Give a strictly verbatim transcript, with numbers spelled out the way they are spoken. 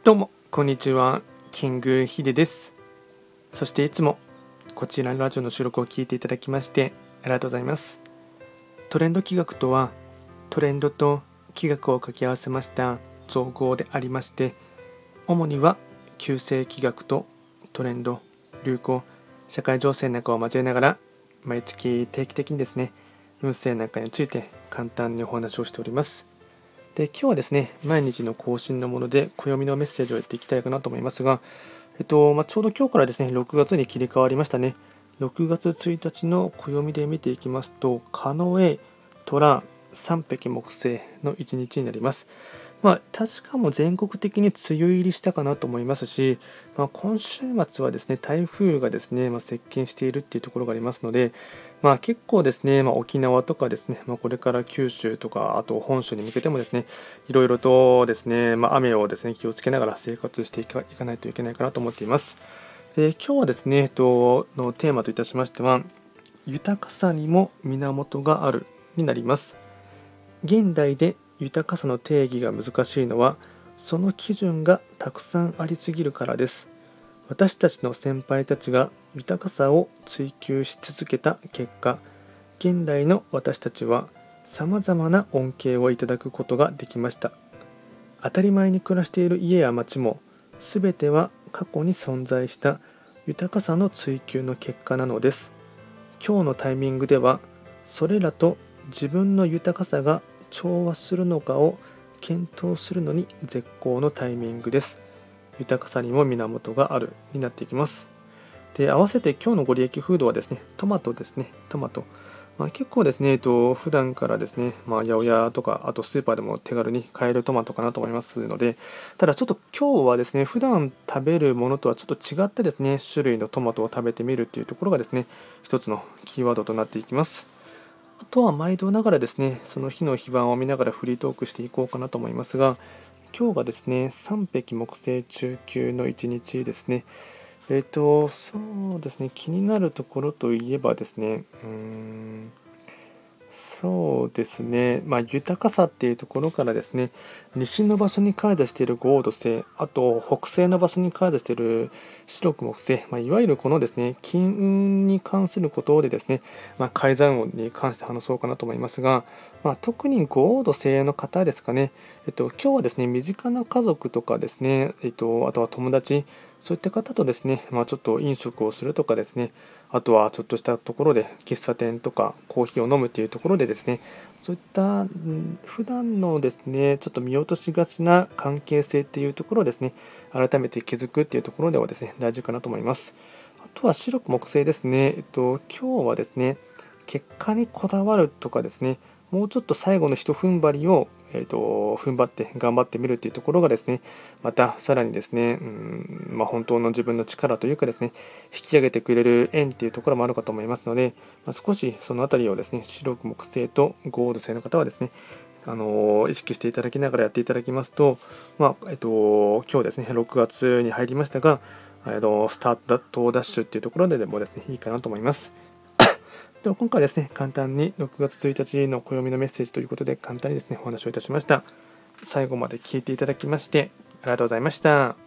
どうもこんにちは、キングヒデです。そしていつもこちらのラジオの収録を聞いていただきましてありがとうございます。トレンド企画とは、トレンドと企画を掛け合わせました造語でありまして、主には旧世企画とトレンド、流行、社会情勢なんかを交えながら毎月定期的にですね、運勢なんかについて簡単にお話をしております。で、今日はですね、毎日の更新のもので暦のメッセージをやっていきたいかなと思いますが、えっとまあ、ちょうど今日からですね、ろくがつに切り替わりましたね。ろくがつついたちの暦で見ていきますと、庚寅、寅、三匹木星のいちにちになります。まあ、確かも全国的に梅雨入りしたかなと思いますし、まあ、今週末はですね、台風がですね、まあ、接近しているっていうところがありますので、まあ、結構ですね、まあ、沖縄とかですね、まあ、これから九州とか、あと本州に向けてもですね、いろいろとですね、まあ、雨をですね、気をつけながら生活していか、いかないといけないかなと思っています。で、今日はですね、えっと、のテーマといたしましては、豊かさにも源があるになります。現代で豊かさの定義が難しいのは、その基準がたくさんありすぎるからです。私たちの先輩たちが豊かさを追求し続けた結果、現代の私たちはさまざまな恩恵をいただくことができました。当たり前に暮らしている家や町も、すべては過去に存在した豊かさの追求の結果なのです。今日のタイミングでは、それらと自分の豊かさが調和するのかを検討するのに絶好のタイミングです。豊かさにも源があるになっていきます。で、合わせて今日のご利益フードはですね、トマトですね。トマト。まあ、結構ですね、えっと、普段からですね、まあ、八百屋とか、あとスーパーでも手軽に買えるトマトかなと思いますので、ただちょっと今日はですね、普段食べるものとはちょっと違ってですね、種類のトマトを食べてみるっていうところがですね、一つのキーワードとなっていきます。あとは毎度ながらですね、その日の非番を見ながらフリートークしていこうかなと思いますが、今日がですね、三匹木星中級のいちにちですね。えっと、そうですね、気になるところといえばですね、うーん、そうですね、まあ、豊かさっていうところからですね、西の場所に開座している豪土星、あと北西の場所に開座している白く木星、まあ、いわゆるこのですね、金運に関することでですね、まあ、改ざん運に関して話そうかなと思いますが、まあ、特に豪土星の方ですかね、えっと、今日はですね、身近な家族とかですね、えっと、あとは友達、そういった方とですね、まあ、ちょっと飲食をするとかですね、あとはちょっとしたところで喫茶店とかコーヒーを飲むというところでですね、そういったん普段のですね、ちょっと見落としがちな関係性っていうところをですね、改めて気づくっていうところではですね、大事かなと思います。あとは白く木星ですね、えっと、今日はですね、結果にこだわるとかですね、もうちょっと最後の一踏ん張りを、えーと、踏ん張って頑張ってみるというところがですね、またさらにですね、うんまあ、本当の自分の力というかですね、引き上げてくれる縁というところもあるかと思いますので、まあ、少しそのあたりをですね、白く木星とゴールド星の方はですね、あのー、意識していただきながらやっていただきますと、まあえっと、今日ですね、ろくがつに入りましたが、えっと、スタートダッシュっていうところでもですね、いいかなと思います。では今回ですね、簡単にろくがつついたちの暦のメッセージということで簡単にですね、お話をいたしました。最後まで聞いていただきましてありがとうございました。